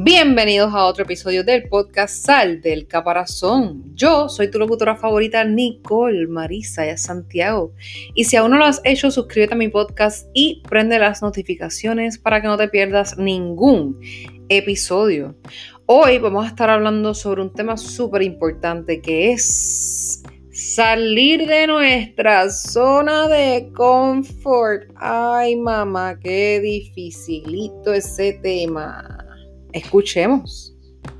Bienvenidos a otro episodio del podcast Sal del Caparazón. Yo soy tu locutora favorita, Nicole Marisa Santiago. Y si aún no lo has hecho, suscríbete a mi podcast y prende las notificaciones para que no te pierdas ningún episodio. Hoy vamos a estar hablando sobre un tema súper importante que es salir de nuestra zona de confort. Ay, mamá, qué dificilito ese tema. Escuchemos.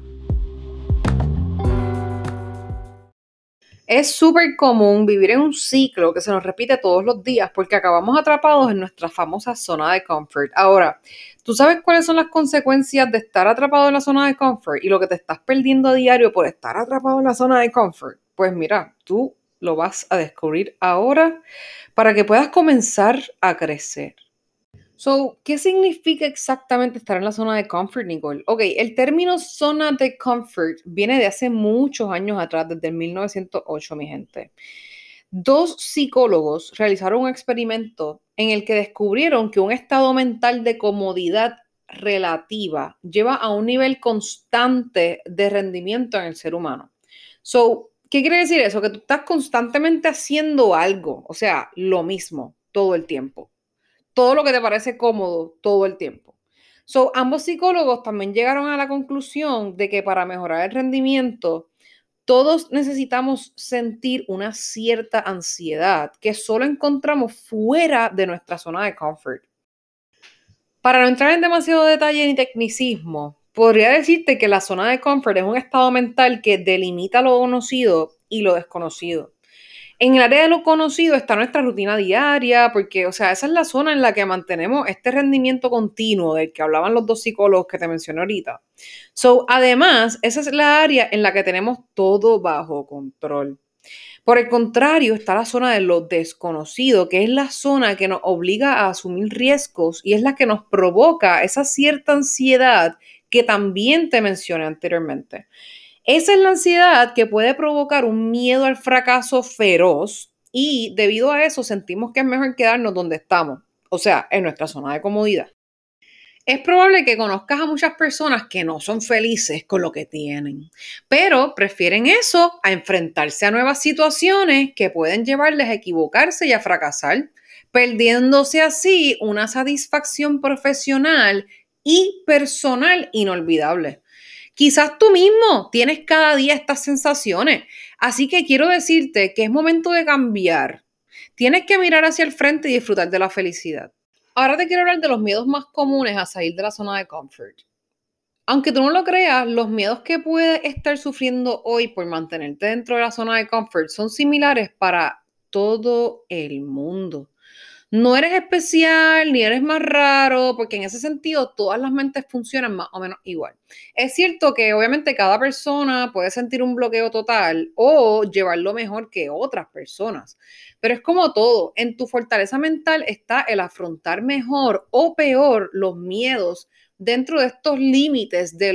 Es súper común vivir en un ciclo que se nos repite todos los días porque acabamos atrapados en nuestra famosa zona de confort. Ahora, ¿tú sabes cuáles son las consecuencias de estar atrapado en la zona de confort y lo que te estás perdiendo a diario por estar atrapado en la zona de confort? Pues mira, tú lo vas a descubrir ahora para que puedas comenzar a crecer. ¿Qué significa exactamente estar en la zona de confort, Nicole? Ok, el término zona de confort viene de hace muchos años atrás, desde el 1908, mi gente. Dos psicólogos realizaron un experimento en el que descubrieron que un estado mental de comodidad relativa lleva a un nivel constante de rendimiento en el ser humano. ¿Qué quiere decir eso? Que tú estás constantemente haciendo algo, o sea, lo mismo todo el tiempo. Todo lo que te parece cómodo todo el tiempo. Ambos psicólogos también llegaron a la conclusión de que para mejorar el rendimiento, todos necesitamos sentir una cierta ansiedad que solo encontramos fuera de nuestra zona de confort. Para no entrar en demasiado detalle ni tecnicismo, podría decirte que la zona de confort es un estado mental que delimita lo conocido y lo desconocido. En el área de lo conocido está nuestra rutina diaria, porque, o sea, esa es la zona en la que mantenemos este rendimiento continuo del que hablaban los dos psicólogos que te mencioné ahorita. Además, esa es la área en la que tenemos todo bajo control. Por el contrario, está la zona de lo desconocido, que es la zona que nos obliga a asumir riesgos y es la que nos provoca esa cierta ansiedad que también te mencioné anteriormente. Esa es la ansiedad que puede provocar un miedo al fracaso feroz y debido a eso sentimos que es mejor quedarnos donde estamos, o sea, en nuestra zona de comodidad. Es probable que conozcas a muchas personas que no son felices con lo que tienen, pero prefieren eso a enfrentarse a nuevas situaciones que pueden llevarles a equivocarse y a fracasar, perdiéndose así una satisfacción profesional y personal inolvidable. Quizás tú mismo tienes cada día estas sensaciones, así que quiero decirte que es momento de cambiar. Tienes que mirar hacia el frente y disfrutar de la felicidad. Ahora te quiero hablar de los miedos más comunes a salir de la zona de confort. Aunque tú no lo creas, los miedos que puedes estar sufriendo hoy por mantenerte dentro de la zona de confort son similares para todo el mundo. No eres especial ni eres más raro, porque en ese sentido todas las mentes funcionan más o menos igual. Es cierto que obviamente cada persona puede sentir un bloqueo total o llevarlo mejor que otras personas, pero es como todo, en tu fortaleza mental está el afrontar mejor o peor los miedos dentro de estos límites de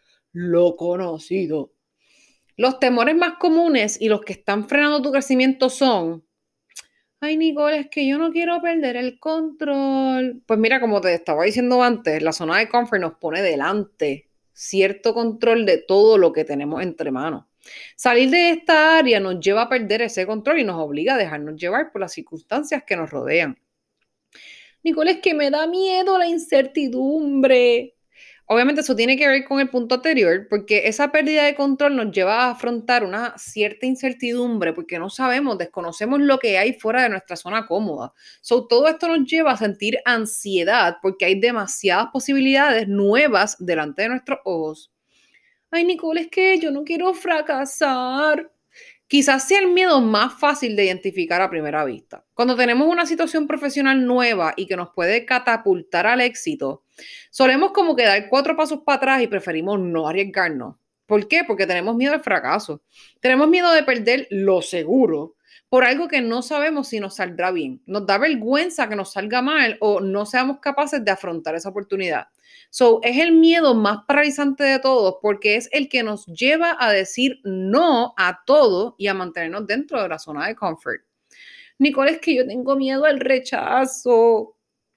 lo conocido. Los temores más comunes y los que están frenando tu crecimiento son: ay, Nicole, es que yo no quiero perder el control. Pues mira, como te estaba diciendo antes, la zona de confort nos pone delante cierto control de todo lo que tenemos entre manos. Salir de esta área nos lleva a perder ese control y nos obliga a dejarnos llevar por las circunstancias que nos rodean. Nicole, es que me da miedo la incertidumbre. Obviamente eso tiene que ver con el punto anterior, porque esa pérdida de control nos lleva a afrontar una cierta incertidumbre, porque no sabemos, desconocemos lo que hay fuera de nuestra zona cómoda. Todo esto nos lleva a sentir ansiedad, porque hay demasiadas posibilidades nuevas delante de nuestros ojos. Ay, Nicole, es que yo no quiero fracasar. Quizás sea el miedo más fácil de identificar a primera vista. Cuando tenemos una situación profesional nueva y que nos puede catapultar al éxito, solemos como que dar 4 pasos para atrás y preferimos no arriesgarnos. ¿Por qué? Porque tenemos miedo al fracaso. Tenemos miedo de perder lo seguro por algo que no sabemos si nos saldrá bien. Nos da vergüenza que nos salga mal o no seamos capaces de afrontar esa oportunidad. Es el miedo más paralizante de todos porque es el que nos lleva a decir no a todo y a mantenernos dentro de la zona de confort. Nicole, es que yo tengo miedo al rechazo.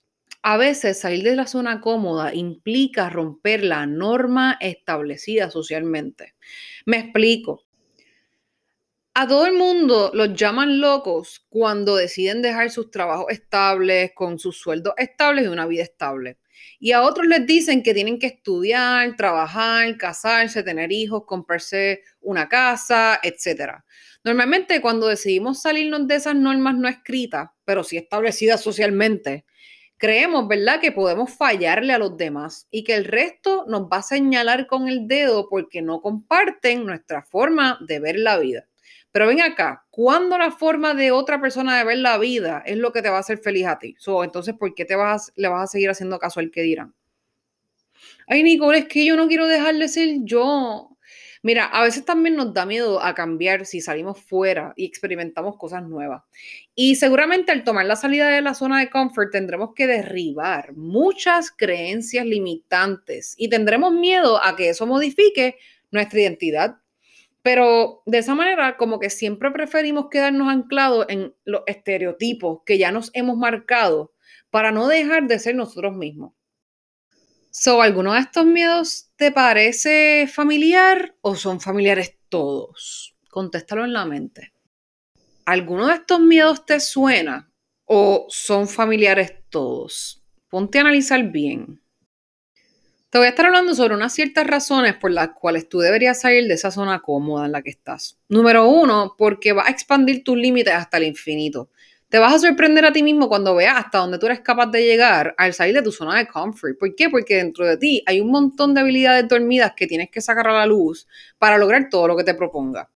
A veces salir de la zona cómoda implica romper la norma establecida socialmente. Me explico. A todo el mundo los llaman locos cuando deciden dejar sus trabajos estables, con sus sueldos estables y una vida estable. Y a otros les dicen que tienen que estudiar, trabajar, casarse, tener hijos, comprarse una casa, etcétera. Normalmente cuando decidimos salirnos de esas normas no escritas, pero sí establecidas socialmente, creemos, ¿verdad?, que podemos fallarle a los demás y que el resto nos va a señalar con el dedo porque no comparten nuestra forma de ver la vida. Pero ven acá, ¿cuándo la forma de otra persona de ver la vida es lo que te va a hacer feliz a ti? Entonces, ¿por qué le vas a seguir haciendo caso al que dirán? Ay, Nicole, es que yo no quiero dejar de ser yo. Mira, a veces también nos da miedo a cambiar si salimos fuera y experimentamos cosas nuevas. Y seguramente al tomar la salida de la zona de confort tendremos que derribar muchas creencias limitantes y tendremos miedo a que eso modifique nuestra identidad. Pero de esa manera, como que siempre preferimos quedarnos anclados en los estereotipos que ya nos hemos marcado para no dejar de ser nosotros mismos. ¿Alguno de estos miedos te parece familiar o son familiares todos? Contéstalo en la mente. ¿Alguno de estos miedos te suena o son familiares todos? Ponte a analizar bien. Te voy a estar hablando sobre unas ciertas razones por las cuales tú deberías salir de esa zona cómoda en la que estás. Número uno, porque vas a expandir tus límites hasta el infinito. Te vas a sorprender a ti mismo cuando veas hasta dónde tú eres capaz de llegar al salir de tu zona de comfort. ¿Por qué? Porque dentro de ti hay un montón de habilidades dormidas que tienes que sacar a la luz para lograr todo lo que te proponga.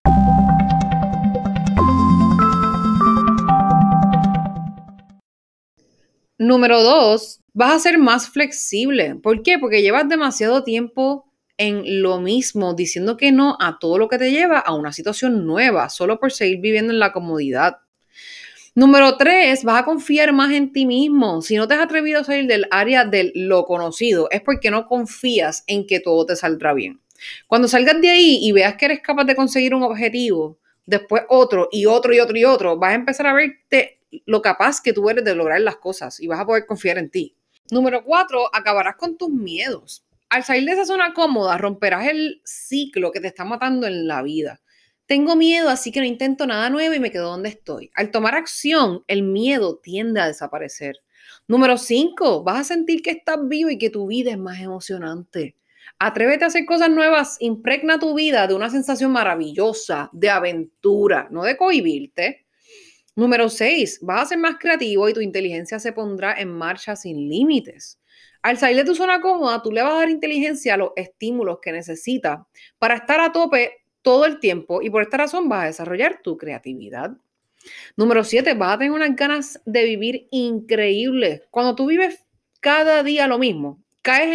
Número dos, vas a ser más flexible. ¿Por qué? Porque llevas demasiado tiempo en lo mismo, diciendo que no a todo lo que te lleva a una situación nueva, solo por seguir viviendo en la comodidad. Número tres, vas a confiar más en ti mismo. Si no te has atrevido a salir del área de lo conocido, es porque no confías en que todo te saldrá bien. Cuando salgas de ahí y veas que eres capaz de conseguir un objetivo, después otro y otro y otro y otro, vas a empezar a verte lo capaz que tú eres de lograr las cosas y vas a poder confiar en ti. Número cuatro, acabarás con tus miedos. Al salir de esa zona cómoda, romperás el ciclo que te está matando en la vida. Tengo miedo, así que no intento nada nuevo y me quedo donde estoy. Al tomar acción, el miedo tiende a desaparecer. Número 5, vas a sentir que estás vivo y que tu vida es más emocionante. Atrévete a hacer cosas nuevas, impregna tu vida de una sensación maravillosa, de aventura, no de cohibirte. Número 6, vas a ser más creativo y tu inteligencia se pondrá en marcha sin límites. Al salir de tu zona cómoda, tú le vas a dar inteligencia a los estímulos que necesitas para estar a tope todo el tiempo y por esta razón vas a desarrollar tu creatividad. Número 7, vas a tener unas ganas de vivir increíbles. Cuando tú vives cada día lo mismo, caes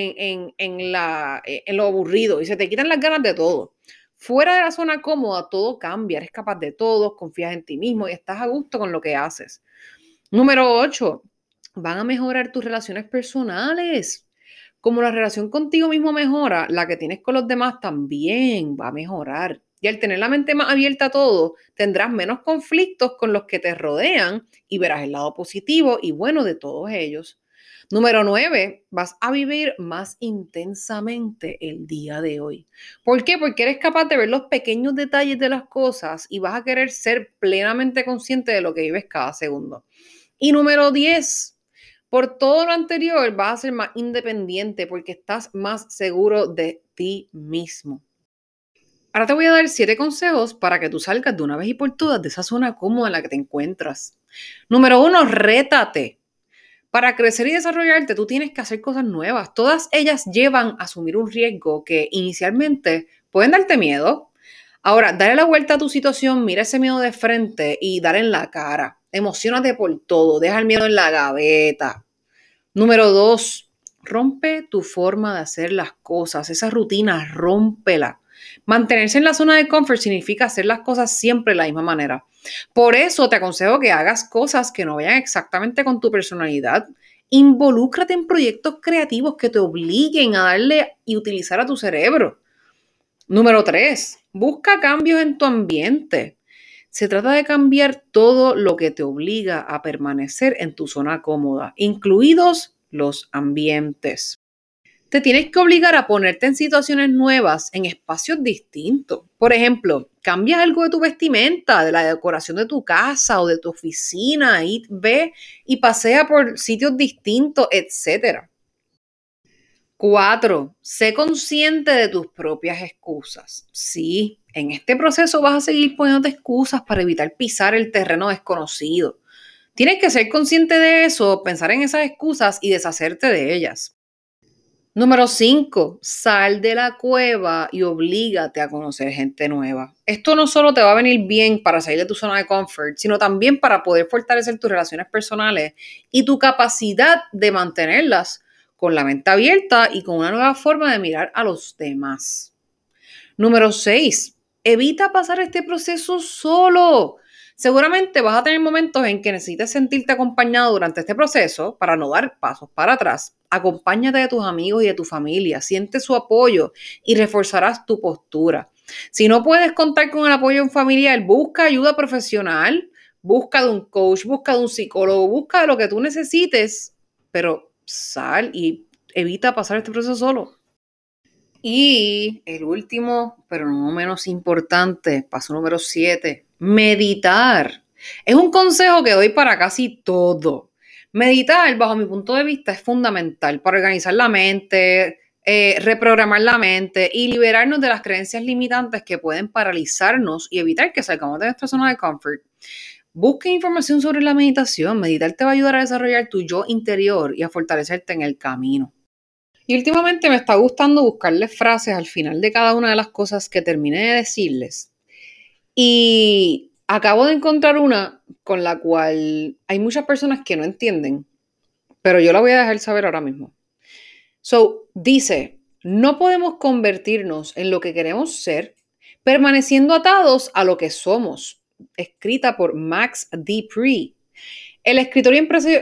en lo aburrido y se te quitan las ganas de todo. Fuera de la zona cómoda, todo cambia, eres capaz de todo, confías en ti mismo y estás a gusto con lo que haces. Número 8, van a mejorar tus relaciones personales. Como la relación contigo mismo mejora, la que tienes con los demás también va a mejorar. Y al tener la mente más abierta a todo, tendrás menos conflictos con los que te rodean y verás el lado positivo y bueno de todos ellos. Número 9, vas a vivir más intensamente el día de hoy. ¿Por qué? Porque eres capaz de ver los pequeños detalles de las cosas y vas a querer ser plenamente consciente de lo que vives cada segundo. Y número 10, por todo lo anterior vas a ser más independiente porque estás más seguro de ti mismo. Ahora te voy a dar 7 consejos para que tú salgas de una vez y por todas de esa zona cómoda en la que te encuentras. Número 1, rétate. Para crecer y desarrollarte, tú tienes que hacer cosas nuevas. Todas ellas llevan a asumir un riesgo que inicialmente pueden darte miedo. Ahora, dale la vuelta a tu situación, mira ese miedo de frente y dale en la cara. Emociónate por todo, deja el miedo en la gaveta. Número 2, rompe tu forma de hacer las cosas. Esa rutina, rómpela. Mantenerse en la zona de confort significa hacer las cosas siempre de la misma manera. Por eso te aconsejo que hagas cosas que no vayan exactamente con tu personalidad. Involúcrate en proyectos creativos que te obliguen a darle y utilizar a tu cerebro. Número 3, busca cambios en tu ambiente. Se trata de cambiar todo lo que te obliga a permanecer en tu zona cómoda, incluidos los ambientes. Te tienes que obligar a ponerte en situaciones nuevas, en espacios distintos. Por ejemplo, cambia algo de tu vestimenta, de la decoración de tu casa o de tu oficina, y ve y pasea por sitios distintos, etcétera. 4. Sé consciente de tus propias excusas. Sí, en este proceso vas a seguir poniendo excusas para evitar pisar el terreno desconocido. Tienes que ser consciente de eso, pensar en esas excusas y deshacerte de ellas. Número 5. Sal de la cueva y oblígate a conocer gente nueva. Esto no solo te va a venir bien para salir de tu zona de confort, sino también para poder fortalecer tus relaciones personales y tu capacidad de mantenerlas con la mente abierta y con una nueva forma de mirar a los demás. Número 6. Evita pasar este proceso solo. Seguramente vas a tener momentos en que necesites sentirte acompañado durante este proceso para no dar pasos para atrás. Acompáñate de tus amigos y de tu familia, siente su apoyo y reforzarás tu postura. Si no puedes contar con el apoyo de un familiar, busca ayuda profesional, busca de un coach, busca de un psicólogo, busca de lo que tú necesites, pero sal y evita pasar este proceso solo. Y el último, pero no menos importante, paso número 7, meditar. Es un consejo que doy para casi todo. Meditar, bajo mi punto de vista, es fundamental para organizar la mente, reprogramar la mente y liberarnos de las creencias limitantes que pueden paralizarnos y evitar que salgamos de nuestra zona de confort. Busca información sobre la meditación. Meditar te va a ayudar a desarrollar tu yo interior y a fortalecerte en el camino. Y últimamente me está gustando buscarles frases al final de cada una de las cosas que terminé de decirles. Y acabo de encontrar una con la cual hay muchas personas que no entienden, pero yo la voy a dejar saber ahora mismo. Dice, no podemos convertirnos en lo que queremos ser permaneciendo atados a lo que somos. Escrita por Max Dupree. El escritor y empresario...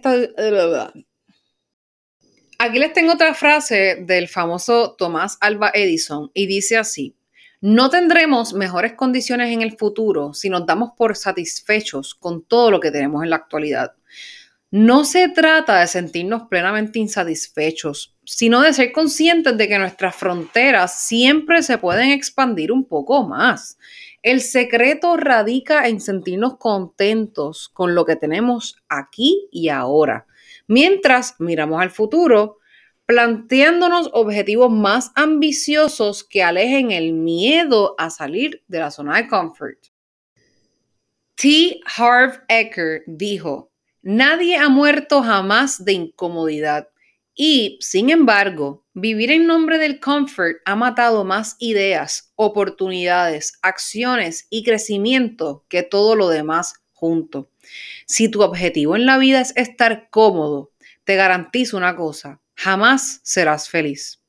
Aquí les tengo otra frase del famoso Tomás Alva Edison y dice así: no tendremos mejores condiciones en el futuro si nos damos por satisfechos con todo lo que tenemos en la actualidad. No se trata de sentirnos plenamente insatisfechos, sino de ser conscientes de que nuestras fronteras siempre se pueden expandir un poco más. El secreto radica en sentirnos contentos con lo que tenemos aquí y ahora, mientras miramos al futuro, planteándonos objetivos más ambiciosos que alejen el miedo a salir de la zona de confort. T. Harv Eker dijo: nadie ha muerto jamás de incomodidad y, sin embargo, vivir en nombre del comfort ha matado más ideas, oportunidades, acciones y crecimiento que todo lo demás junto. Si tu objetivo en la vida es estar cómodo, te garantizo una cosa: jamás serás feliz.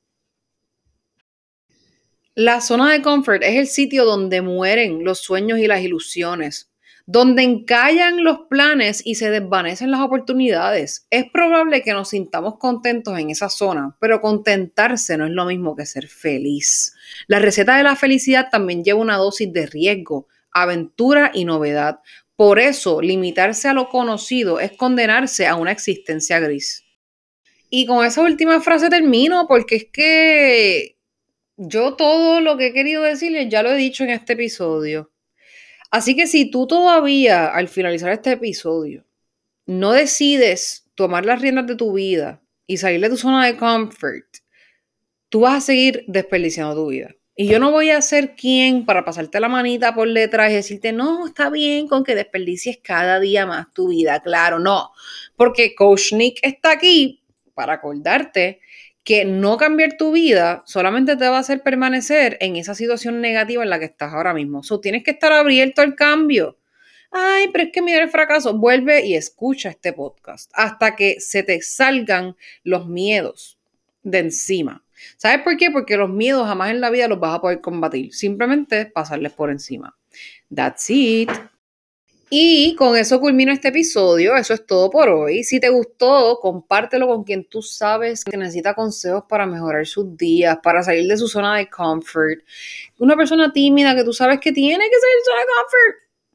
La zona de confort es el sitio donde mueren los sueños y las ilusiones, donde encallan los planes y se desvanecen las oportunidades. Es probable que nos sintamos contentos en esa zona, pero contentarse no es lo mismo que ser feliz. La receta de la felicidad también lleva una dosis de riesgo, aventura y novedad. Por eso, limitarse a lo conocido es condenarse a una existencia gris. Y con esa última frase termino, porque es que yo todo lo que he querido decirles ya lo he dicho en este episodio. Así que si tú todavía, al finalizar este episodio, no decides tomar las riendas de tu vida y salir de tu zona de comfort, tú vas a seguir desperdiciando tu vida. Y yo no voy a ser quien para pasarte la manita por detrás y decirte, no, está bien con que desperdicies cada día más tu vida. Claro, no. Porque Coach Nick está aquí para acordarte que no cambiar tu vida solamente te va a hacer permanecer en esa situación negativa en la que estás ahora mismo. Tienes que estar abierto al cambio. Ay, pero es que mira el fracaso. Vuelve y escucha este podcast hasta que se te salgan los miedos de encima. ¿Sabes por qué? Porque los miedos jamás en la vida los vas a poder combatir. Simplemente pasarles por encima. That's it. Y con eso culmino este episodio. Eso es todo por hoy. Si te gustó, compártelo con quien tú sabes que necesita consejos para mejorar sus días, para salir de su zona de comfort. Una persona tímida que tú sabes que tiene que salir de su zona de comfort.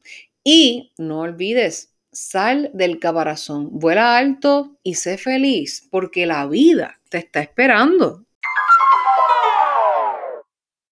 Y no olvides, sal del caparazón, vuela alto y sé feliz, porque la vida te está esperando.